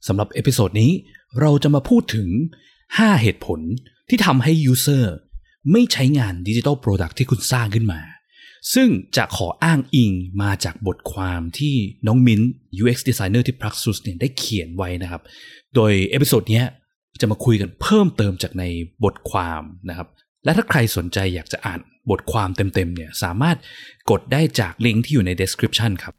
สำหรับเอพิโซดนี้เราจะมาพูดถึง5เหตุผลที่ทำให้ User ไม่ใช้งาน Digital Product ที่คุณสร้างขึ้นมาซึ่งจะขออ้างอิงมาจากบทความที่น้องมิ้น UX Designer ที่ Praxis เนี่ยได้เขียนไว้นะครับโดยเอพิโซดนี้จะมาคุยกันเพิ่มเติมจากในบทความนะครับและถ้าใครสนใจอยากจะอ่านบทความเต็มๆเนี่ยสามารถกดได้จากลิงก์ที่อยู่ใน description ครับ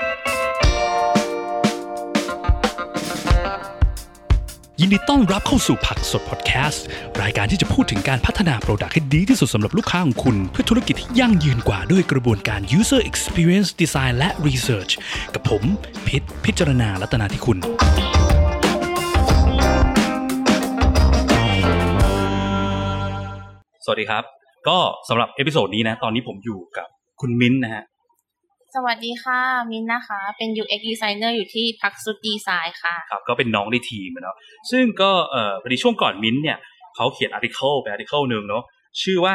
ยินดีต้อนรับเข้าสู่ผักสดพอดแคสต์รายการที่จะพูดถึงการพัฒนาโปรดักต์ให้ดีที่สุดสำหรับลูกค้าของคุณเพื่อธุรกิจที่ยั่งยืนกว่าด้วยกระบวนการ User Experience Design และ Research กับผมพิจารณารัตนาธิคุณสวัสดีครับก็สำหรับเอพิโซดนี้นะตอนนี้ผมอยู่กับคุณมิ้นนะฮะสวัสดีค่ะมิ้นนะคะเป็น UX Designer อยู่ที่ Praxis Design ค่ะครับก็เป็นน้องในทีมเนาะซึ่งก็พอดีช่วงก่อนมิ้นเนี่ยเขาเขียน article นึงเนาะชื่อว่า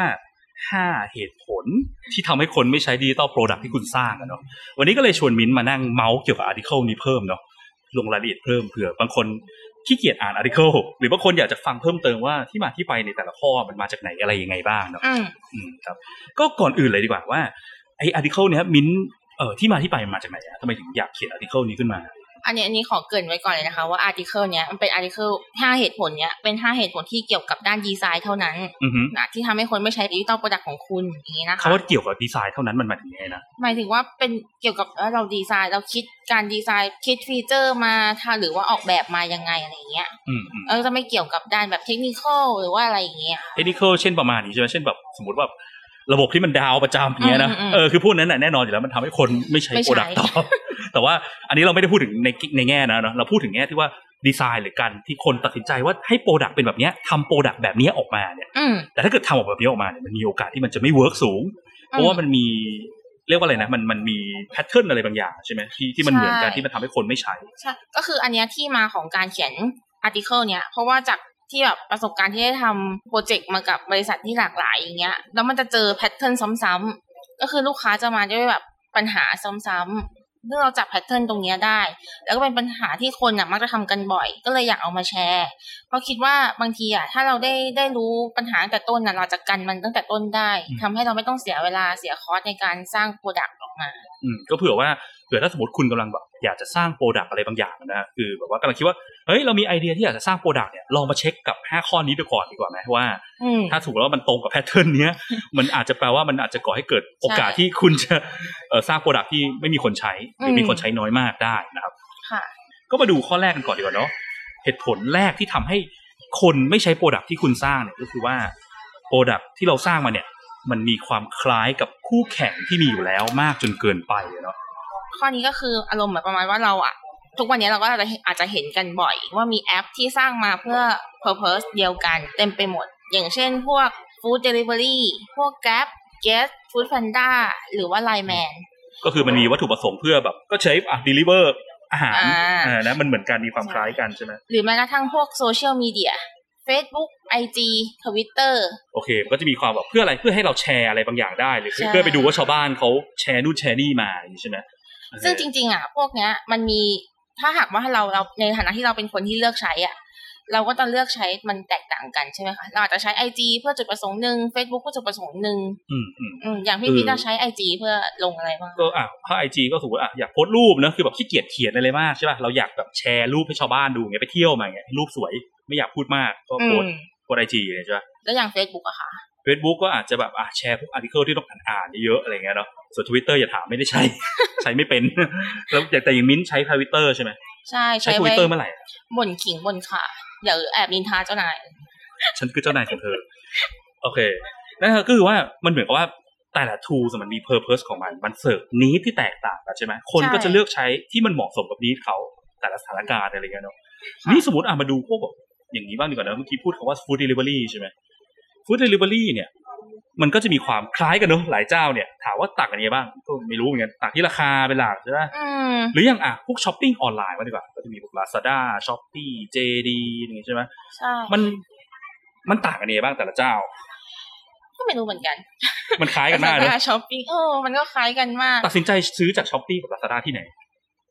5เหตุผลที่ทำให้คนไม่ใช้ Digital Product ที่คุณสร้างเนาะวันนี้ก็เลยชวนมิ้นมานั่งเมาส์เกี่ยวกับ article นี้เพิ่มเนาะลงรายละเอียดเพิ่มเผื่อบางคนขี้เกียจอ่าน article หรือบางคนอยากจะฟังเพิ่มเติมว่าที่มาที่ไปในแต่ละข้อมันมาจากไหนอะไรยังไงบ้างเนาะครับก็ก่อนอื่นเลยดีกว่าว่าไอ้ article เนี้ยมิ้นที่มาที่ไปมาจากไหนทำไมถึงอยากเขียน article นี้ขึ้นมาอันนี้ขอเกริ่นไว้ก่อนเลยนะคะว่า article เนี้ยมันเป็น article 5เหตุผลเนี้ยเป็น5เหตุผลที่เกี่ยวกับด้านดีไซน์เท่านั้นนะที่ทำให้คนไม่ใช้ Digital Product ของคุณอย่างนี้นะคะเขาว่าเกี่ยวกับดีไซน์เท่านั้นมันหมายถึงยังไงนะหมายถึงว่าเป็นเกี่ยวกับเราดีไซน์เราคิดการดีไซน์คิดฟีเจอร์มาหรือว่าออกแบบมายังไงอะไรอย่างเงี้ยจะไม่เกี่ยวกับด้านแบบเทคนิคอลหรือว่าอะไรอย่างเงี้ยเทคนิคอลเช่นประมาณนี้ใช่ไหมเช่นแบบสมมติว่าระบบที่มันดาวประจำอย่างเงี้ยนะคือพวกนั้นน่ะแน่นอนอยู่แล้วมันทำให้คนไม่ใช้โปรดักต์ต่อแต่ว่าอันนี้เราไม่ได้พูดถึงในแง่นะเนาะเราพูดถึงแง่ที่ว่าดีไซน์หรือการที่คนตัดสินใจว่าให้โปรดักต์เป็นแบบนี้ทำโปรดักต์แบบนี้ออกมาเนี่ยแต่ถ้าเกิดทำออกแบบนี้ออกมาเนี่ยมันมีโอกาสที่มันจะไม่เวิร์กสูงเพราะว่ามันมีเรียกว่าอะไรนะมันมีแพทเทิร์นอะไรบางอย่างใช่ไหมที่มันเหมือนกันที่มันทำให้คนไม่ใช้ใช่ก็คืออันนี้ที่มาของการเขียนอาร์ติเคิลเนี่ยเพราะว่าจากที่แบบประสบการณ์ที่ได้ทำโปรเจกต์มากับบริษัทที่หลากหลายอย่างเงี้ยแล้วมันจะเจอแพทเทิร์นซ้ำๆก็คือลูกค้าจะมาด้วยแบบปัญหาซ้ำๆเมื่อเราจับแพทเทิร์นตรงนี้ได้แล้วก็เป็นปัญหาที่คนน่ะมักจะทำกันบ่อยก็เลยอยากเอามาแชร์เพราะคิดว่าบางทีอ่ะถ้าเราได้รู้ปัญหาตั้งแต่ต้นน่ะเราจะกันมันตั้งแต่ต้นได้ทำให้เราไม่ต้องเสียเวลาเสียคอสในการสร้างโปรดักต์ออกมาก็เผื่อถ้าสมมติคุณกำลังแบบอยากจะสร้างโปรดักต์อะไรบางอย่างนะคือแบบว่ากำลังคิดว่าเฮ้ยเรามีไอเดียที่อยากจะสร้างโปรดักต์เนี่ยลองมาเช็คกับ5ข้อนี้ดูก่อนดีกว่าไหมว่าถ้าสมมติว่ามันตรงกับแพทเทิร์นเนี้ยมันอาจจะแปลว่ามันอาจจะก่อให้เกิดโอกาสที่คุณจะสร้างโปรดักต์ที่ไม่มีคนใช้หรือมีคนใช้น้อยมากได้นะครับก็มาดูข้อแรกกันก่อนดีกว่าเนาะเหตุผลแรกที่ทำให้คนไม่ใช้โปรดักต์ที่คุณสร้างเนี่ยก็คือว่าโปรดักต์ที่เราสร้างมาเนี่ยมันมีความคล้ายกับคู่แข่งที่มีอยู่แล้วมากจนเกินไปเนาะข้อนี้ก็คืออารมณ์แบบประมาณว่าเราอะทุกวันนี้เราก็อาจจะเห็นกันบ่อยว่ามีแอปที่สร้างมาเพื่อ purpose เดียวกันเต็มไปหมดอย่างเช่นพวก food delivery พวก Grab Guest Food Panda หรือว่า Line Man ก็คือมันมีวัตถุประสงค์เพื่อแบบก็ใช้deliver อาหารนะมันเหมือนกันมีความคล้ายกันใช่ไหมหรือแม้กระทั่งพวกโซเชียลมีเดีย Facebook IG Twitter โอเคก็จะมีความแบบเพื่ออะไรเพื่อให้เราแชร์อะไรบางอย่างได้หรือเพื่อไปดูว่าชาวบ้านเขาแชร์นู่นแชร์นี่มาอย่างนี้ใช่ไหมซึ่งจริงๆอ่ะพวกเนี้ยมันมีถ้าหากว่าเราในฐานะที่เราเป็นคนที่เลือกใช้อ่ะเราก็จะเลือกใช้มันแตกต่างกันใช่ไหมคะเราอาจจะใช้ IG เพื่อจุดประสงค์นึง Facebook เพื่อจุดประสงค์นึงอย่างพี่จะใช้ IG เพื่อลงอะไรบ้างก็ถ้า IG ก็สมมติอยากโพสต์รูปนะคือแบบขี้เกียจเขียนอะไรมากใช่ป่ะเราอยากแบบแชร์รูปให้ชาวบ้านดูไงไปเที่ยวมาไงรูปสวยไม่อยากพูดมากก็โพสต์IG ใช่ป่ะแล้วอย่าง Facebook อะค่ะ Facebook ก็อาจจะแบบแชร์พวกอาร์ติเคิลที่ต้องอ่านเยอะอะไรเงี้ยเนาะส่วน Twitter อย่าถามไม่ได้ใช้ ใช้ไม่เป็นแล้วแต่อย่างมิ้นใช้ Twitter ใช่ไหมใช้ Twitter เมื่อไหร่บ่นขิงบ่นค่ะเดี๋ยวแอบนินทาเจ้านายฉันคือเจ้านายของเธอโอเคนั่นก็คือว่ามันเหมือนกับว่าแต่ละ tools มันมี purpose ของมันเสิร์ฟ need ที่แตกต่างกันใช่ไหมคนก็จะเลือกใช้ที่มันเหมาะสมกับ need เขาแต่ละสถานการณ์อะไรเงี้ยเนาะนี่สมมติมาดูพวกแบบอย่างนี้บ้างดีกว่านะเมื่อกี้พูดคำว่า food delivery ใช่ไหม food delivery เนี่ยมันก็จะมีความคล้ายกันเนอะหลายเจ้าเนี่ยถามว่าต่างกันยังไงบ้างก็ไม่รู้เหมือนกันต่างที่ราคาเป็นหลักใช่ไหมหรืออย่างพวกช้อปปิ้งออนไลน์มาดีกว่าก็จะมีพวก Lazada Shopee JD อย่างงี้ใช่ไหมใช่มันต่างกันยังไงบ้างแต่ละเจ้าก็ไม่รู้เหมือนกันมันคล้ายกันมากเลย Lazada Shopee มันก็คล้ายกันมากตัดสินใจซื้อจาก Shopee กับ Lazada ที่ไหน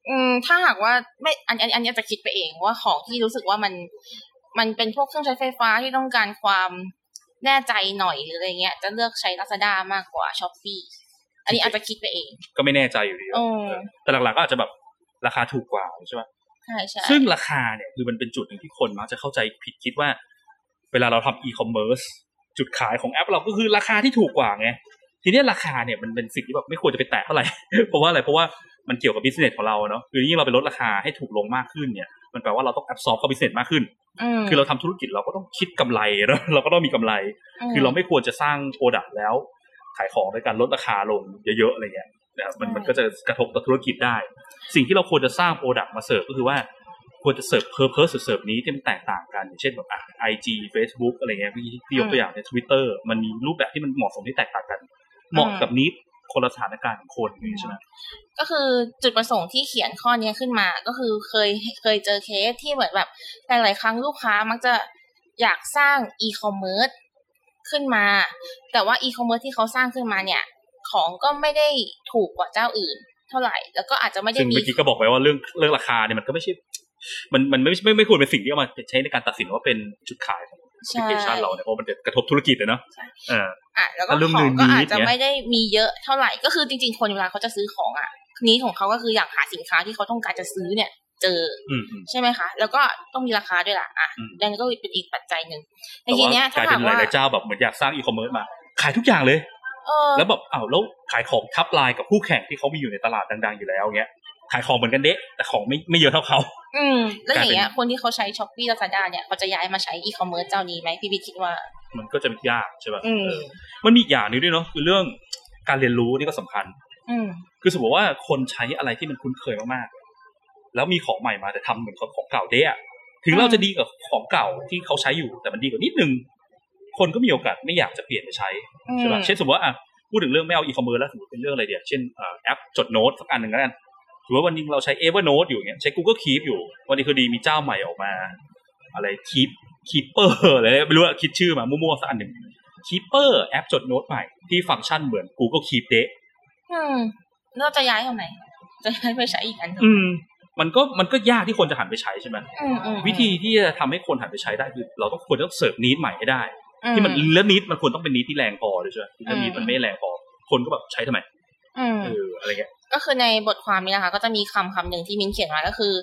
ถ้าหากว่าไม่อันนี้จะคิดไปเองว่าของที่รู้สึกว่ามันเป็นพวกเครื่องใช้ไฟฟ้าที่ต้องการความแน่ใจหน่อยหรืออะไรเงี้ยจะเลือกใช้ Lazada มากกว่า Shopee อันนี้อาจจะคิดไปเองก็ไม่แน่ใจอยู่ดีแต่หลักๆก็อาจจะแบบราคาถูกกว่าใช่ป่ะใช่ซึ่งราคาเนี่ยคือมันเป็นจุดหนึ่งที่คนมักจะเข้าใจผิดคิดว่าเวลาเราทำ e-commerce จุดขายของแอปเราก็คือราคาที่ถูกกว่าไงทีนี้ราคาเนี่ยมันเป็นสิ่งที่แบบไม่ควรจะไปแตะเท่าไหร่ เพราะว่าอะไรเพราะว่ามันเกี่ยวกับ business ของเราเนาะคือยิ่งเราไปลดราคาให้ถูกลงมากขึ้นเนี่ยมันแปลว่าเราต้อง absorb เข้า business มากขึ้นคือเราทำธุรกิจเราก็ต้องคิดกำไรแล้วเราก็ต้องมีกำไรคือเราไม่ควรจะสร้าง product แล้วขายของด้วยการลดราคาลงเยอะๆอะไรเงี้ยมันก็จะกระทบต่อธุรกิจได้สิ่งที่เราควรจะสร้าง product มาเสิร์ฟก็คือว่าควรจะเสิร์ฟ purpose หรือเสิร์ฟนี้ที่มันแตกต่างกันอย่างเช่นแบบIG Facebook อะไรเงี้ยที่ยกตัวอย่างใน Twitter มันมีรูปแบบที่มันเหมาะสมที่แตกต่างกันเหมาะกับนี้คนละสถานการณ์ของคนใช่ไหมก็คือจุดประสงค์ที่เขียนข้อนี้ขึ้นมาก็คือเคยเจอเคสที่เหมือนแบบหลายๆครั้งลูกค้ามักจะอยากสร้างอีคอมเมิร์ซขึ้นมาแต่ว่าอีคอมเมิร์ซที่เขาสร้างขึ้นมาเนี่ยของก็ไม่ได้ถูกกว่าเจ้าอื่นเท่าไหร่แล้วก็อาจจะไม่ได้มีซึ่งเมื่อกี้ก็บอกไว้ว่าเรื่องราคาเนี่ยมันก็ไม่ใช่มันไม่ควรเป็นสิ่งที่เอามาใช้ในการตัดสินว่าเป็นจุดขายของแอปพลิเคชันเราเนี่ยเพราะมันจะกระทบธุรกิจเนาะแล้วก็ของก็อาจจะไม่ได้มีเยอะเท่าไหร่ก็คือจริงๆคนเวลาเขาจะซื้อของนี้ของเขาก็คืออยากหาสินค้าที่เขาต้องการจะซื้อเนี่ยเจอใช่ไหมคะแล้วก็ต้องมีราคาด้วยล่ะนั่นก็เป็นอีกปัจจัยนึงในทีเนี้ยถ้าถามว่าหลายเจ้าแบบเหมือนอยากสร้างอีคอมเมิร์ซมาขายทุกอย่างเลยแล้วแบบแล้วขายของทับไลน์กับคู่แข่งที่เขามีอยู่ในตลาดดังๆอยู่แล้วเงี้ยขายของเหมือนกันเด๊ะแต่ของไม่เยอะเท่าเขาแล้วอย่างเงี้ยคนที่เขาใช้ Shopee Lazada เนี่ยเขาจะย้ายมาใช้อีคอมเมิร์ซเจ้านี้ไหมพี่คิดว่ามันก็จะยากใช่ป่ะมันมีอีกอย่างนึงด้วยเนาะคือเรื่องการเรียนรู้นี่ก็สำคัญคือสมมติว่าคนใช้อะไรที่มันคุ้นเคยมากๆแล้วมีของใหม่มาแต่ทำเหมือนของเก่าเด๊ะถึงเราจะดีกับของเก่าที่เขาใช้อยู่แต่มันดีกว่านิดนึงคนก็มีโอกาสไม่อยากจะเปลี่ยนไปใช้ใช่ป่ะเช่นสมมติว่าพูดถึงเรื่องไม่เอาอีคอมเมิร์ซแล้วสมมติเป็นเรื่องอะไรเดียวเช่นแอปจดโน้ตสักอันนึงแล้วกันถือว่าวันนึงเราใช้ Evernote อยู่เงี้ยใช้ Google Keep อยู่วันนี้คือดีมีเจ้าใหม่ออกมาอะไร Keeper อะไรไม่รู้อะคิดชื่อมามั่วๆสักอันนึง Keeper แอปจดโน้ตใหม่ที่ฟังก์ชันเหมือน Google Keep เด๊ะเราจะย้ายทำไมจะย้ายไปใช้อีกอันมันก็ยากที่คนจะหันไปใช้ใช่ไหมวิธีที่จะทำให้คนหันไปใช้ได้คือเราควรต้องเสิร์ฟนีดใหม่ให้ได้ที่มันแล้วนีดมันควรต้องเป็นนีดที่แรงพอด้วยใช่ไหมถ้านีดมันไม่แรงพอคนก็แบบใช้ทำไมอะไรเงี้ยก็คือในบทความนี้นะคะก็จะมีคำหนึ่งที่มิ้นเขียนไว้ก็คือ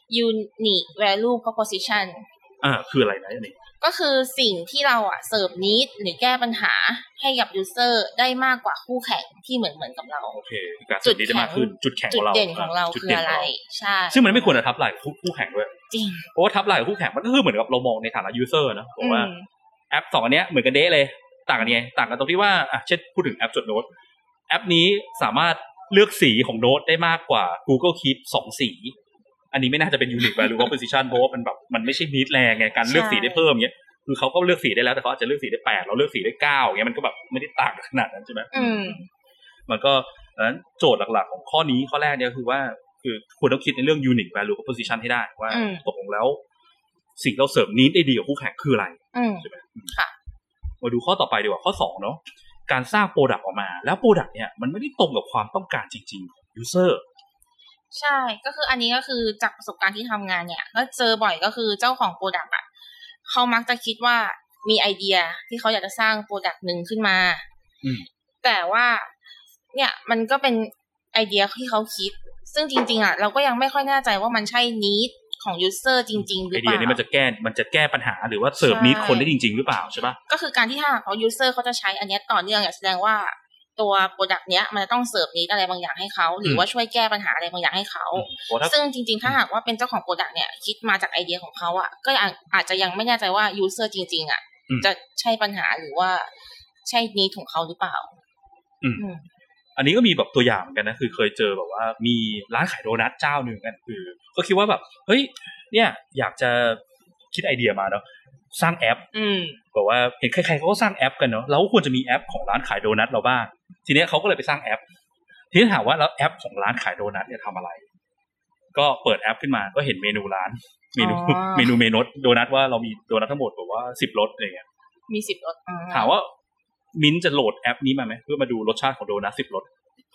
unique value proposition คืออะไรนะอันนี้ก็คือสิ่งที่เราเสิร์ฟนีดหรือแก้ปัญหาให้กับยูเซอร์ได้มากกว่าคู่แข่งที่เหมือนกับเราโอเคการจุดนี้ได้มากขึ้นจุดแข็งของเราจุดเด่นของเราคืออะไรใช่ซึ่งมันไม่ควรจะทับไหล่คู่แข่งด้วยจริงเพราะว่าทับไหล่คู่แข่งมันก็คือเหมือนกับเรามองในฐานะยูเซอร์นะบอกว่าแอป2อันเนี้ยเหมือนกันเด๊ะเลยต่างกันไงต่างกันตรงที่ว่าเช่นพูดถึงแอปจดโน้ตแอปนี้สามารถเลือกสีของโน้ตได้มากกว่า Google Keep 2 สีอันนี้ไม่น่าจะเป็น unique value proposition เพราะว่ามันไม่ใช่ need แรงไงการเลือกสีได้เพิ่มเงี้ยคือเขาก็เลือกสีได้แล้วแต่เขาอาจจะเลือกสีได้8เราเลือกสีได้9อย่างเงี้ยมันก็แบบไม่ได้ต่างขนาดนั้นใช่ไหมมันก็โจทย์หลักๆของข้อนี้ข้อแรกเนี่ยคือว่าคือควรต้องคิดในเรื่อง unique value proposition ให้ได้ว่าตกลงแล้วสิ่งเราเสริม need ได้ดีกว่าคู่แข่งคืออะไรใช่ไหมค่ะมาดูข้อต่อไปดีกว่าข้อ2เนาะการสร้างโปรดักต์ออกมาแล้วโปรดักต์เนี่ยมันไม่ได้ตรงกับความต้องการจริงๆของ user ใช่ก็คืออันนี้ก็คือจากประสบการณ์ที่ทำงานเนี่ยก็เจอบ่อยก็คือเจ้าของโปรดักต์เขามักจะคิดว่ามีไอเดียที่เขาอยากจะสร้างโปรดักต์นึงขึ้นมาแต่ว่าเนี่ยมันก็เป็นไอเดียที่เขาคิดซึ่งจริงๆเราก็ยังไม่ค่อยแน่ใจว่ามันใช่นีดของยูเซอร์จริงๆหรือเปล่าไอเดียนี้มันจะแก้ปัญหาหรือว่าเสิร์ฟนีดคนได้จริงๆหรือเปล่าใช่ปะก็คือการที่ถ้าเขายูเซอร์เขาจะใช้อันนี้ต่อเนื่องแสดงว่าตัวโปรดักต์เนี้ยมันจะต้องเสิร์ฟนีดอะไรบางอย่างให้เขาหรือว่าช่วยแก้ปัญหาอะไรบางอย่างให้เขาซึ่งจริงๆถ้าหากว่าเป็นเจ้าของโปรดักต์เนี่ยคิดมาจากไอเดียของเขาก็อาจจะยังไม่แน่ใจว่ายูเซอร์จริงๆจะใช่ปัญหาหรือว่าใช่นีดของเขาหรือเปล่าอันนี้ก็มีแบบตัวอย่างเหมือนกันนะคือเคยเจอแบบว่ามีร้านขายโดนัทเจ้านึงกันคือก็คิดว่าแบบเฮ้ยเนี่ยอยากจะคิดไอเดียมาเนาะสร้างแอปบอกว่าเห็นใครๆเขาก็สร้างแอปกันเนาะเราก็ควรจะมีแอปของร้านขายโดนัทเราบ้างทีนี้เขาก็เลยไปสร้างแอปทีนี้ถามว่าแล้วแอปของร้านขายโดนัทเนี่ยทำอะไรก็เปิดแอปขึ้นมาก็เห็นเมนูร้านเมนูโดนัทว่าเรามีโดนัททั้งหมดแบบว่า10รสอะไรเงี้ยมี10รสถามว่ามิ้นจะโหลดแอปนี้มาไหมเพื่อมาดูรสชาติของโดนัท10รส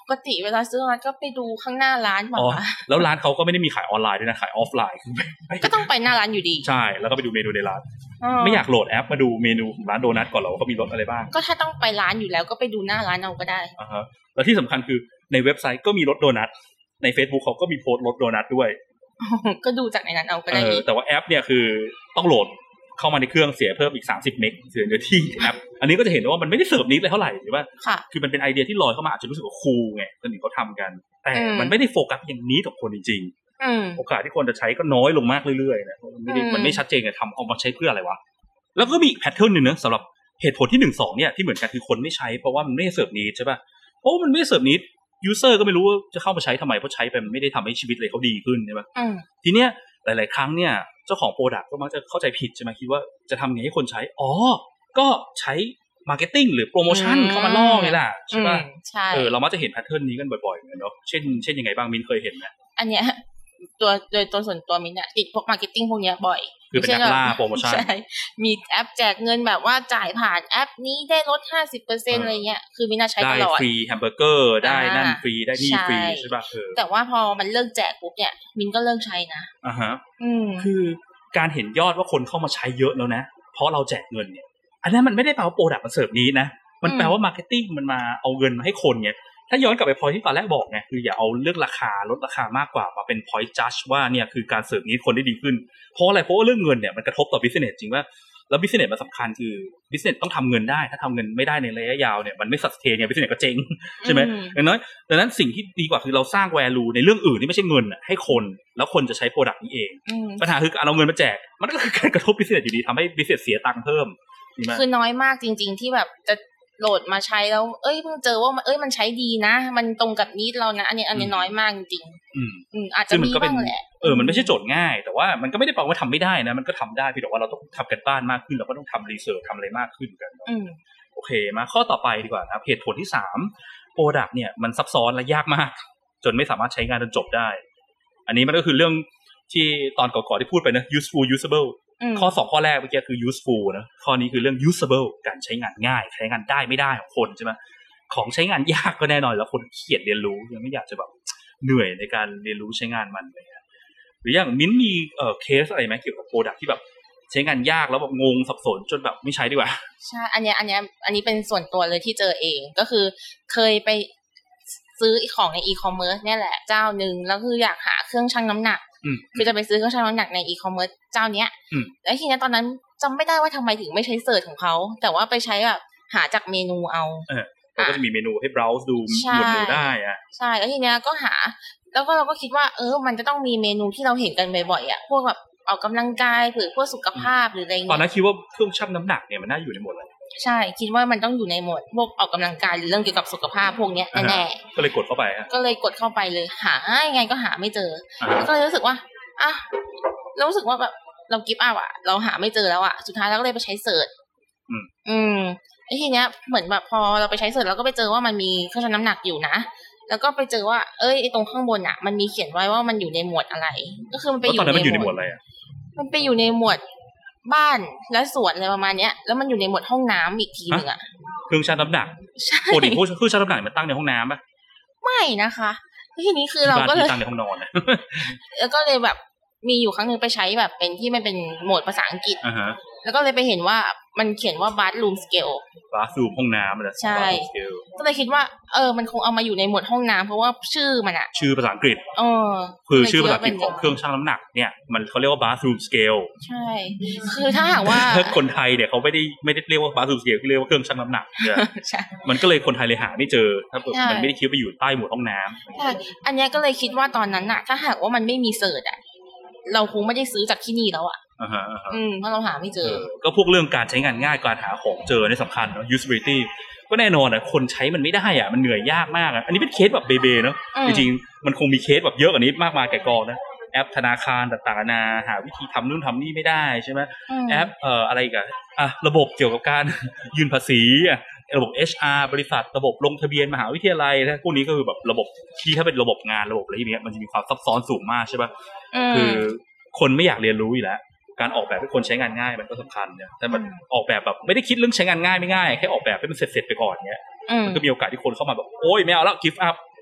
กติเวลาซื้อร้านก็ไปดูข้างหน้าร้านป่ะคะแล้วร้านเขาก็ไม่ได้มีขายออนไลน์ด้วยนะขายออฟไลน์ก็ต้องไปหน้าร้านอยู่ดีใช่แล้วก็ไปดูเมนูในร้านไม่อยากโหลดแอปมาดูเมนูของร้านโดนัทก่อนหรอว่าเขามีรสอะไรบ้างก็ถ้าต้องไปร้านอยู่แล้วก็ไปดูหน้าร้านเอาก็ได้แล้วที่สำคัญคือในเว็บไซต์ก็มีรสโดนัทใน Facebook เขาก็มีโพสต์รสโดนัทด้วยก็ดูจากในนั้นเอาก็ได้แต่ว่าแอปเนี่ยคือต้องโหลดเข้ามาในเครื่องเสียเพิ่มอีก30เมกเสียเนื้อที่แอปอันนี้ก็จะเห็นว่ามันไม่ได้เสิร์ฟนิดเลยเท่าไหร่หรือว่าคือมันเป็นไอเดียที่ลอยเข้ามาอาจจะรู้สึกว่าคูลไงจนถึงเขาทำกันแต่มันไม่ได้โฟกัสอย่างนี้กับคนจริงๆโอกาสที่คนจะใช้ก็น้อยลงมากเรื่อยๆนะมันไม่ชัดเจนไงทำเอามาใช้เพื่ออะไรวะแล้วก็มีอีกแพทเทิร์นนึงนะสำหรับเหตุผลที่ 1-2 เนี่ยที่เหมือนกันคือคนไม่ใช้เพราะว่ามันไม่ได้เสิร์ฟนิดใช่ป่ะเพราะมันไม่ได้เสิร์ฟนิดยูเซอร์ก็ไม่รู้ว่าจะเข้ามาใช้ทำไมเพราะใช้ไปมันไม่ได้ทำให้ชีวิตเลยเขาดีขึ้นใช่ป่ะทีเนี้ยหลายๆครั้งเนี่ยเจ้าของโปรดักต์ก็มักจะเข้าใจผิดใช่ไหมคิดว่าจะทำไงให้คนใช้ก็ใช้มาร์เก็ตติ้งหรือโปรโมชั่นเข้ามาล่อไงล่ะใช่ป่ะเรามักจะเห็นแพทเทิร์นนี้กันบ่อยๆเนาะเช่นยังไงบ้างมิ้นเคยเห็นไหมอันเนี้ยโดยตัวส่วนตัวมิ้นเนี่ยติดพวกมาร์เก็ตติ้งพวกเนี้ยบ่อยคือเป็นนักล่าโปรโมชั่นใช่มีแอปแจกเงินแบบว่าจ่ายผ่านแอปนี้ได้ลด 50% อะไรเงี้ยคือมิ้นใช้ตลอดได้ฟรีแฮมเบอร์เกอร์ได้นั่นฟรีได้นี่ฟรีใช่ป่ะแต่ว่าพอมันเลิกแจกปุ๊บเนี่ยมิ้นก็เลิกใช้นะคือการเห็นยอดว่าคนเข้ามาใช้เยอะแล้วนะเพราะเราแจกเงินเนี่ยอันนั้นมันไม่ได้แปลว่าโปรดักต์มันเสิร์ฟนี้นะมันแปลว่ามาร์เก็ตติ้งมันมาเอาเงินมาให้คนเนี่ยถ้าย้อนกลับไปพอยที่ตอนแรกบอกไงคืออย่าเอาเรื่องราคาลดราคามากกว่ามาเป็น point judge ว่าเนี่ยคือการเสิร์ฟนี้คนได้ดีขึ้นเพราะอะไรเพราะว่าเรื่องเงินเนี่ยมันกระทบต่อ business จริงว่าแล้ว business มันสำคัญคือ business ต้องทำเงินได้ถ้าทำเงินไม่ได้ในระยะยาวเนี่ยมันไม่ sustain เนี่ย business ก็เจ๊งใช่ไหมดังนั้นสิ่งที่ดีกว่าคือเราสร้าง value ในเรื่องอื่นที่ไม่ใช่เงินให้คนแล้วคนจะใช้ product นี้เองปัญหาคือเอาเงินมาแจกมันก็คือการกระทบ business อยู่ดีทำให้ business เสียตังค์เพิ่มคือน้อยมากจริงๆที่แบบจะโหลดมาใช้แล้วเพิ่งเจอว่ามันใช้ดีนะมันตรงกับนิดเรานะอันนี้น้อยมากจริงๆอาจจะมีบ้างแหละมันไม่ใช่โจทย์ง่ายแต่ว่ามันก็ไม่ได้แปลว่าทำไม่ได้นะมันก็ทำได้เพียงแต่ว่าเราต้องทำกันบ้านมากขึ้นเราก็ต้องทำรีเสิร์ชทำอะไรมากขึ้นกันโอเคมาข้อต่อไปดีกว่านะเหตุผลที่3 Product เนี่ยมันซับซ้อนและยากมากจนไม่สามารถใช้งานจนจบได้อันนี้มันก็คือเรื่องที่ตอนก่อนๆที่พูดไปนะ useful usableข้อ2ข้อแรกเมื่อกี้คือ useful นะข้อนี้คือเรื่อง usable การใช้งานง่ายใช้งานได้ไม่ได้ของคนใช่ไหมของใช้งานยากก็แน่นอนแล้วคนขี้เกียจเรียนรู้ยังไม่อยากจะแบบเหนื่อยในการเรียนรู้ใช้งานมันเลยหรืออย่างมิ้นมีเคสอะไรไหมเกี่ยวกับ product ที่แบบใช้งานยากแล้วแบบงงสับสนจนแบบไม่ใช้ดีกว่าใช่อันนี้เป็นส่วนตัวเลยที่เจอเองก็คือเคยไปซื้อของในอีคอมเมิร์ซเนี่ยแหละเจ้านึงแล้วคืออยากหาเครื่องชั่งน้ำหนักคือจะไปซื้อเครื่องชั่งน้ำหนักในอีคอมเมิร์ซเจ้าเนี้ยแล้วทีนี้ตอนนั้นจำไม่ได้ว่าทำไมถึงไม่ใช้เสิร์ชของเขาแต่ว่าไปใช้แบบหาจากเมนูเอาก็จะมีเมนูให้ browse ดูหมวดหมู่ได้ใช่แล้วทีนี้ก็หาแล้วก็เราก็คิดว่ามันจะต้องมีเมนูที่เราเห็นกันบ่อยๆพวกแบบออกกำลังกายหรือพวกสุขภาพหรืออะไรเงี้ยตอนนั้นคิดว่าเครื่องชั่งน้ำหนักเนี่ยมันน่าอยู่ในหมวดอะไรใช่คิดว่ามันต้องอยู่ในหมวดพวกออกกำลังกายหรือเรื่องเกี่ยวกับสุขภาพพวกเนี้ยแน่ๆก็เลยกดเข้าไปเลยหายังไงก็หาไม่เจอก็เลยรู้สึกว่ารู้สึกว่าแบบเรากิฟต์อัพเราหาไม่เจอแล้วสุดท้ายเราก็เลยไปใช้เสิร์ชไอ้ทีเนี้ยเหมือนแบบพอเราไปใช้เสิร์ชเราก็ไปเจอว่ามันมีเครื่องชั่งน้ำหนักอยู่นะแล้วก็ไปเจอว่าไอ้ตรงข้างบนมันมีเขียนไว้ว่ามันอยู่ในหมวดอะไรก็คือมันไปอยู่ในหมวดอะไรมันไปอยู่ในหมวดบ้านและสวนอะไรประมาณเนี้ยแล้วมันอยู่ในหมวดห้องน้ำอีกทีนึงเครื่องชั่งน้ำหนักปกติพวกเครื่องชั่งน้ำหนักมันตั้งในห้องน้ำป่ะไม่นะคะทีนี้คือเราก็เลยตั้งในห้องนอนนะแล้วก็เลยแบบมีอยู่ครั้งนึงไปใช้แบบเป็นที่มันเป็นโหมดภาษาอังกฤษแล้วก็เลยไปเห็นว่ามันเขียนว่า bathroom scale bathroom ห้องน้ำเลยใช่ก็เลยคิดว่ามันคงเอามาอยู่ในหมวดห้องน้ำเพราะว่าชื่อมันชื่อภาษาอังกฤษคือชื่อภาษาอังกฤษของเครื่องชั่งน้ำหนักเนี่ยมันเขาเรียกว่า bathroom scale ใช่คือถ้าหากว่าคนไทยเนี่ยเขาไม่ได้เรียกว่า bathroom scale เรียกว่าเครื่องชั่งน้ำหนักใช่มันก็เลยคนไทยเลยหาไม่เจอถ้ามันไม่ได้คิดว่าอยู่ใต้หมวดห้องน้ำใช่อันนี้ก็เลยคิดว่าตอนนั้นถ้าหากว่ามันไม่มีเสิร์ชเราคงไม่ได้ซื้อจากที่นี่แล้วเพราะเราหาไม่เจอก็พวกเรื่องการใช้งานง่ายการหาของเจอนี่สำคัญเนาะ usability ก็แน่นอนคนใช้มันไม่ได้มันเหนื่อยยากมากอันนี้เป็นเคสแบบเบเนาะจริงๆมันคงมีเคสแบบเยอะกว่านี้มากมายแก่กองนะแอปธนาคารต่างๆนานาหาวิธีทำนู่นทำนี่ไม่ได้ใช่ไหมแอปอะไรกันระบบเกี่ยวกับการยื่นภาษีระบบ HR บริษัทระบบลงทะเบียนมหาวิทยาลัยพวกนี้ก็คือแบบระบบที่ถ้าเป็นระบบงานระบบอะไรอย่างเงี้ยมันจะมีความซับซ้อนสูงมากใช่ป่ะคือคนไม่อยากเรียนรู้อยู่แล้วการออกแบบให้คนใช้งานง่ายมันก็สำคัญเนี่ยแต่มันออกแบบไม่ได้คิดเรื่องใช้งานง่ายไม่ง่ายแค่ออกแบบให้มันเสร็จไปก่อนเงี้ยมันก็มีโอกาสที่คนเข้ามาแบบโอ๊ยไม่เอาแล้ว give up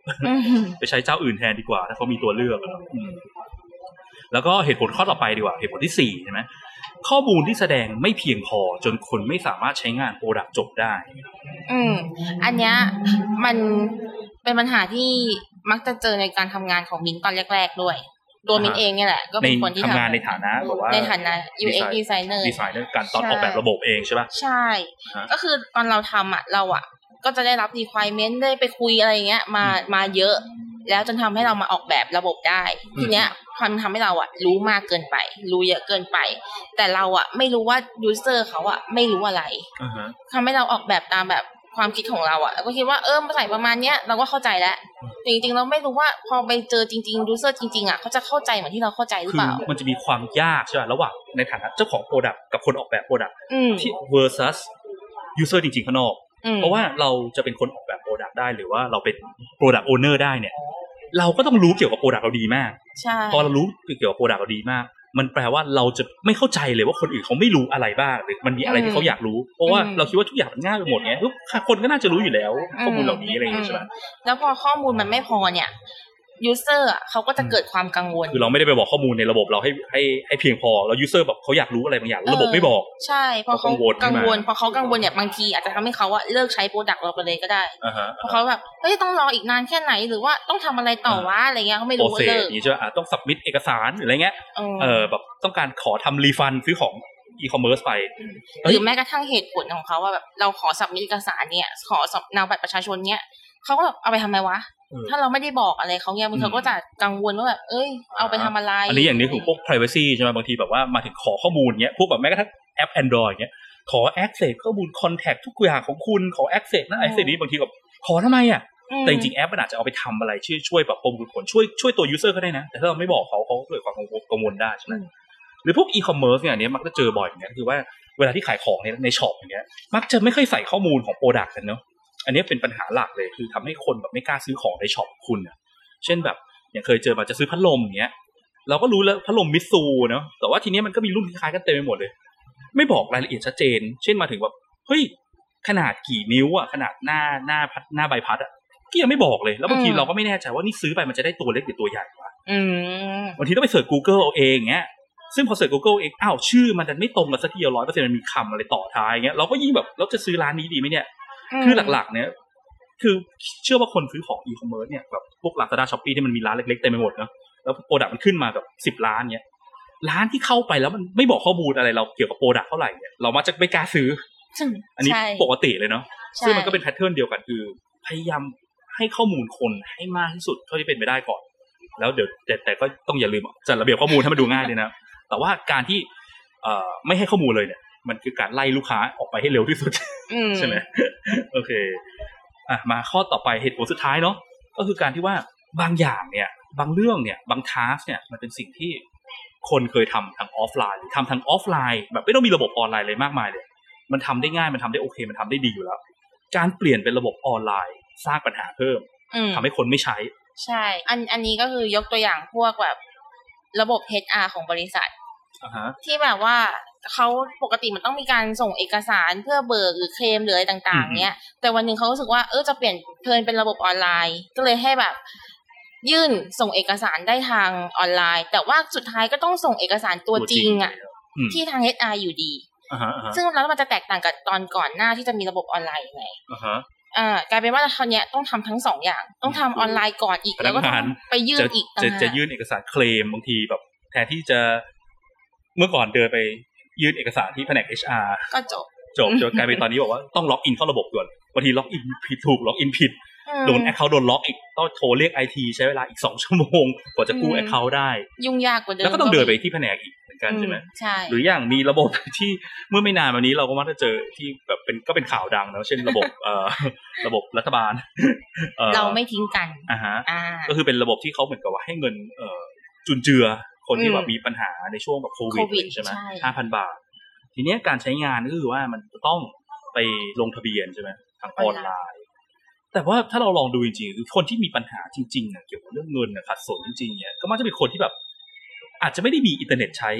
ไปใช้เจ้าอื่นแทนดีกว่าถ้าเขามีตัวเลือกแล้วก็เหตุผลข้อต่อไปดีกว่าเหตุผลที่4ใช่ไหมข้อมูลที่แสดงไม่เพียงพอจนคนไม่สามารถใช้งานโปรดักต์จบได้อันเนี้ยมันเป็นปัญหาที่มักจะเจอในการทำงานของมิ้นตอนแรกๆด้วยตัวมิ้นเองเนี่ยแหละก็เป็นคนที่ทำงานในฐานะแบบว่าในฐานะ UX designer การตอนออกแบบระบบเองใช่ป่ะใช่ก็คือตอนเราทำเราก็จะได้รับ requirement ได้ไปคุยอะไรเงี้ยมาเยอะแล้วจนทำให้เรามาออกแบบระบบได้ทีเนี้ยความทำให้เรารู้มากเกินไปรู้เยอะเกินไปแต่เราไม่รู้ว่า user เขาไม่รู้อะไรทำให้เราออกแบบตามแบบความคิดของเราเราก็คิดว่ามาใส่ประมาณเนี้ยเราก็เข้าใจแล้วจริงๆเราไม่รู้ว่าพอไปเจอจริงๆ user จริงๆเขาจะเข้าใจเหมือนที่เราเข้าใจหรือเปล่าคือมันจะมีความยากใช่ไหมระหว่างในฐานะเจ้าของ product กับคนออกแบบ product ที่ versus user จริงๆข้างนอกเพราะว่าเราจะเป็นคนออกแบบ product ได้หรือว่าเราเป็น product owner ได้เนี่ยเราก็ต้องรู้เกี่ยวกับ product เราดีมากพอเรารู้เกี่ยวกับ product เราดีมากมันแปลว่าเราจะไม่เข้าใจเลยว่าคนอื่นเขาไม่รู้อะไรบ้างหรือมันมีอะไรที่เขาอยากรู้เพราะว่าเราคิดว่าทุกอย่างมันง่ายไปหมดไงทุกคนก็น่าจะรู้อยู่แล้วข้อมูลเหล่านี้อะไรอย่างเงี้ยใช่ไหมแล้วพอข้อมูลมันไม่พอเนี่ยuser เขาก็จะเกิดความกังวลคือเราไม่ได้ไปบอกข้อมูลในระบบเราให้เพียงพอแล้ว user แบบเขาอยากรู้อะไรบางอย่างระบบไม่บอกใช่พอเขากังวลพอเขากังวลเนี่ยบางทีอาจจะทำให้เขาเลิกใช้ product เราไปเลยก็ได้เพราะเขาแบบเฮ้ยต้องรออีกนานแค่ไหนหรือว่าต้องทำอะไรต่อวะอะไรเงี้ยเขาไม่รู้เลยอย่างนี้ใช่ไหมต้อง submit เอกสารหรืออะไรเงี้ยแบบต้องการขอทำ refund ซื้อของe-commerce ไปหรือแม้กระทั่งเหตุผลของเขาว่าแบบเราขอ submit เอกสารเนี่ยขอนามบัตรประชาชนเนี่ยเขาก็เอาไปทำไมวะถ้าเราไม่ได้บอกอะไรเขาเนี่ยมันเขาก็จะกังวลว่าแบบเอาไปทำอะไรอันนี้อย่างนี้คือพวก privacy ใช่ไหมบางทีแบบว่ามาถึงขอข้อมูลเงี้ยพวกแบบแม้กระทั่งแอป Android เงี้ยขอ access ข้อมูล contact ทุกอย่างของคุณขอ access นะ access นี้บางทีแบบขอทำไมแต่จริงๆแอปมันอาจจะเอาไปทำอะไรช่วยแบบประมวลผลช่วยตัว user ก็ได้นะแต่ถ้าเราไม่บอกเขาเกิดความกังวลได้ใช่ไหมหรือพวก e-commerce เนี่ยอันนี้มักจะเจอบ่อยอย่างเงี้ยคือว่าเวลาที่ขายของในช็อปอย่างเงี้ยมักจะไม่ค่อยใส่ข้อมูลของ product กันเนาะอันนี้เป็นปัญหาหลักเลยคือทำให้คนแบบไม่กล้าซื้อของในช็อปคุณเช่นแบบอย่างเคยเจอมาจะซื้อพัดลมอย่างเงี้ยเราก็รู้แล้วพัดลมมิตซูเนาะแต่ว่าทีนี้มันก็มีรุ่นคล้ายๆกันเต็มไปหมดเลยไม่บอกรายละเอียดชัดเจนเช่นมาถึงแบบเฮ้ยขนาดกี่นิ้วขนาดหน้าใบพัดก็ยังไม่บอกเลยแล้วบางทีเราก็ไม่แน่ใจว่านี่ซื้อไปมันจะได้ตัวเล็กหรือตัวใหญ่วะบางทีต้องไปเสิร์ช Google เอาเองเงี้ยซึ่งพอเสิร์ช Google เองชื่อมันดันไม่ตรงกันสักที 100% มันมีคำอะไรต่อท้ายเงี้ยเราก็ยิ่งแบบเราจะซื้อร้านนี้ดีไหมเนี่ยคือหลักๆเนี่ยคือเชื่อว่าคนซื้อของ e-commerce เนี่ยแบบพวก Lazada Shopee ที่มันมีร้านเล็กๆเต็มไปหมดเนาะแล้วโปรดักต์มันขึ้นมากับ10ร้านเนี่ยร้านที่เข้าไปแล้วมันไม่บอกข้อมูลอะไรเราเกี่ยวกับโปรดักต์เท่าไหร่เนี่ยเรามักจะไม่กล้าซื้ออันนี้ปกติเลยเนาะซึ่งมันก็เป็นแพทเทิร์นเดียวกันคือพยายามให้ข้อมูลคนให้มากที่สุดเท่าที่เป็นไปได้ก่อนแล้วเดี๋ยวแต่ก็ต้องอย่าลืมจัดระเบียบข้อมูลให้มันดูง่ายเลยนะแต่ว่าการที่ไม่ให้ข้อมูลเลยเนี่ยมันคือการไล่ลูกค้าออกไปให้เร็วที่สุดใช่ไหมโอเคมาข้อต่อไปเหตุผลสุดท้ายเนาะก็คือการที่ว่าบางอย่างเนี่ยบางเรื่องเนี่ยบางทาสเนี่ยมันเป็นสิ่งที่คนเคยทำทางออฟไลน์หรือทำทางออฟไลน์แบบไม่ต้องมีระบบออนไลน์เลยมากมายเลยมันทำได้ง่ายมันทำได้โอเคมันทำได้ดีอยู่แล้วการเปลี่ยนเป็นระบบออนไลน์สร้างปัญหาเพิ่มทำให้คนไม่ใช้ใช่อันนี้ก็คือยกตัวอย่างพวกแบบระบบ HR ของบริษัทที่แบบว่าเขาปกติมันต้องมีการส่งเอกสารเพื่อเบิกหรือเคลมหรืออะไรต่างๆเนี้ยแต่วันนึงเขารู้สึกว่าจะเปลี่ยนเทิร์นเป็นระบบออนไลน์ก็เลยให้แบบยื่นส่งเอกสารได้ทางออนไลน์แต่ว่าสุดท้ายก็ต้องส่งเอกสารตัวจริงที่ทาง HR อยู่ดีซึ่งแล้วมันจะแตกต่างกับตอนก่อนหน้าที่จะมีระบบออนไลน์ยังไงกลายเป็นว่าคราวนี้ต้องทำทั้ง2อย่างต้องทำออนไลน์ก่อนอีกแล้วก็ไปยื่นอีกจะยื่นเอกสารเคลมบางทีแบบแทนที่จะเมื่อก่อนเดินไปยื่นเอกสารที่แผนก HR ก็จบกลายเป็นตอนนี้บอกว่าต้องล็อกอินเข้าระบบก่อนบางทีล็อกอินผิดถูกล็อกอินผิดโดน account โดนล็อกอีกต้องโทรเรียก IT ใช้เวลาอีก2ชั่วโมงกว่าจะกู้ account ได้ยุ่งยากกว่าเดิมแล้วก็ต้องเดินไปที่แผนกอีกเหมือนกันใช่ไหมใช่หรืออย่างมีระบบที่เมื่อไม่นานมานี้เราก็มักจะเจอที่แบบก็เป็นข่าวดังนะเช่นระบบระบบรัฐบาลเราไม่ทิ้งกันก็คือเป็นระบบที่เขาเหมือนกับว่าให้เงินจุนเจือคนที่แบบมีปัญหาในช่วงแบบโควิดใช่ไหม 5,000 บาททีนี้การใช้งานก็คือว่ามันจะต้องไปลงทะเบียนใช่ไหมทางออนไลน์แต่ว่าถ้าเราลองดูจริงๆคือคนที่มีปัญหาจริงๆเกี่ยวกับเรื่องเงินขัดสนจริงๆเนี่ยก็มักจะเป็นคนที่แบบอาจจะไม่ได้มีอินเทอร์เน็ตใช้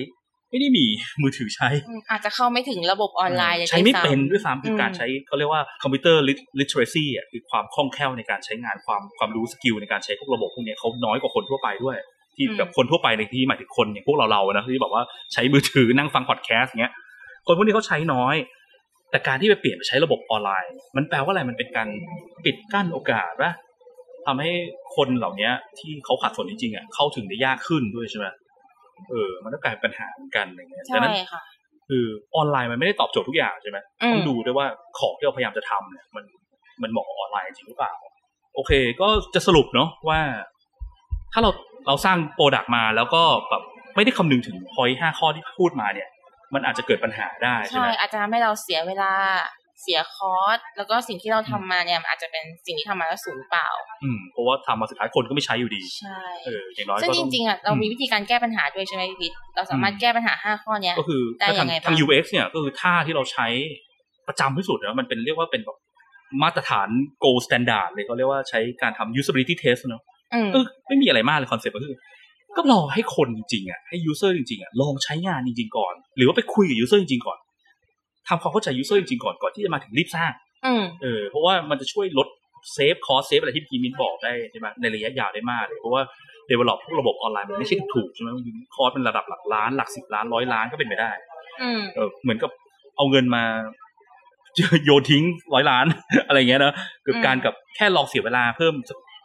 ไม่ได้มีมือถือใช้อาจจะเข้าไม่ถึงระบบออนไลน์ใช้ไม่เป็นด้วยซ้ำคือการใช้เขาเรียกว่าคอมพิวเตอร์ลิเทเรซีอ่ะคือความคล่องแคล่วในการใช้งานความรู้สกิลในการใช้พวกระบบพวกนี้เขาน้อยกว่าคนทั่วไปด้วยที่แบบคนทั่วไปในที่หมายถึงคนอย่างพวกเรานะที่บอกว่าใช้มือถือนั่งฟังพอดแคสต์เงี้ยคนพวกนี้เขาใช้น้อยแต่การที่ไปเปลี่ยนไปใช้ระบบออนไลน์มันแปลว่าอะไรมันเป็นการปิดกั้นโอกาสป่ะทำให้คนเหล่านี้ที่เขาขาดสนจริงๆอ่ะเข้าถึงได้ยากขึ้นด้วยใช่ไหมมันก็กลายเป็นปัญหาเหมือนกันอะไรเงี้ยดังนั้นคือออนไลน์มันไม่ได้ตอบโจทย์ทุกอย่างใช่ไหมต้องดูด้วยว่าของที่เราพยายามจะทำเนี่ยมันเหมาะกับออนไลน์จริงหรือเปล่าโอเคก็จะสรุปเนาะว่าถ้าเราสร้างโปรดักต์มาแล้วก็แบบไม่ได้คำนึงถึง point 5 ข้อที่พูดมาเนี่ยมันอาจจะเกิดปัญหาได้ใช่ไหมอาจจะทำให้เราเสียเวลาเสียคอสแล้วก็สิ่งที่เราทำมาเนี่ยอาจจะเป็นสิ่งที่ทำมาแล้วสูญเปล่าเพราะว่าทำมาสุดท้ายคนก็ไม่ใช้อยู่ดีใช่อย่างน้อยก็ซึ่งจริงๆเรามีวิธีการแก้ปัญหาด้วยใช่ไหมพี่พิษเราสามารถแก้ปัญหา5ข้อนี้ก็คือได้ยังไงบ้างทาง UX เนี่ยก็คือท่าที่เราใช้ประจำที่สุดนะมันเป็นเรียกว่าเป็นแบบมาตรฐาน gold standard เลยเขาเรียกว่าใช้การทำ usability test เนาะไม่มีอะไรมากเลยคอนเซ็ปต์ก็คือก็รอให้คนจริงๆให้ user จริงๆลองใช้งานจริงๆก่อนหรือว่าไปคุยกับ user จริงๆก่อนทำความเข้าใจ user จริงๆก่อนที่จะมาถึงรีบสร้างเพราะว่ามันจะช่วยลดเซฟคอสเซฟอะไรที่พี่มิ้นบอกได้ใช่ไหมในระยะยาวได้มากเลยเพราะว่า develop พวกระบบออนไลน์มันไม่ใช่ถูกใช่ไหมคอสเป็นระดับหลักล้านหลัก10 ล้าน100 ล้านก็เป็นไปได้เหมือนกับเอาเงินมาโยนทิ้ง100 ล้านอะไรเงี้ยนะคือการกับแค่ลองเสียเวลาเพิ่ม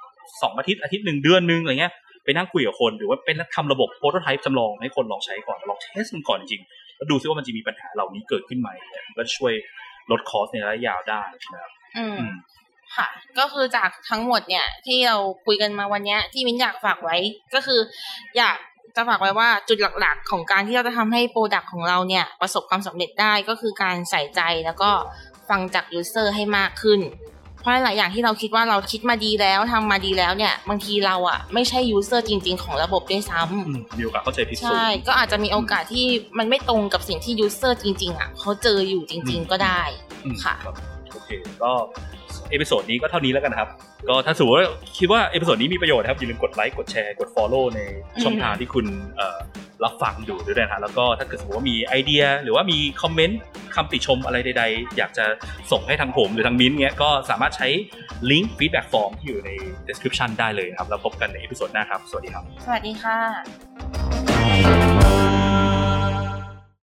2 อาทิตย์1 เดือนนึงอะไรเงี้ยไปนั่งคุยกับคนหรือว่าเป็นทำระบบโปรโตไทป์จำลองให้คนลองใช้ก่อนลองเทสมันก่อนจริงแล้วดูซิว่ามันจะมีปัญหาเหล่านี้เกิดขึ้นไหมก็ช่วยลดคอสในระยะยาวได้นะครับค่ะก็คือจากทั้งหมดเนี่ยที่เราคุยกันมาวันนี้ที่มิ้นอยากฝากไว้ก็คืออยากจะฝากไว้ว่าจุดหลักๆของการที่เราจะทำให้โปรดักต์ของเราเนี่ยประสบความสำเร็จได้ก็คือการใส่ใจแล้วก็ฟังจากยูเซอร์ให้มากขึ้นเพราะหลายอย่างที่เราคิดว่าเราคิดมาดีแล้วทำมาดีแล้วเนี่ยบางทีเราอ่ะไม่ใช่ยูเซอร์จริงๆของระบบด้วยซ้ำมีโอกาสเข้าใจผิดใช่ก็อาจจะมีโอกาสที่มันไม่ตรงกับสิ่งที่ยูเซอร์จริงๆอ่ะเขาเจออยู่จริงๆก็ได้ค่ะโอเคก็เอพิโซดนี้ก็เท่านี้แล้วกันครับก็ถ้าสมมติว่าคิดว่าเอพิโซดนี้มีประโยชน์ครับอย่าลืมกดไลค์กดแชร์กด follow ในช่องทางที่คุณรับฟังอยู่ด้วยนะฮะแล้วก็ถ้าเกิดสมมติว่ามีไอเดียหรือว่ามีคอมเมนต์คำติชมอะไรใดๆอยากจะส่งให้ทางผมหรือทางมิ้นเงี้ยก็สามารถใช้ลิงก์ feedback form ที่อยู่ใน description ได้เลยครับแล้วพบกันในเอพิโซดหน้าครับสวัสดีครับสวัสดีค่ะ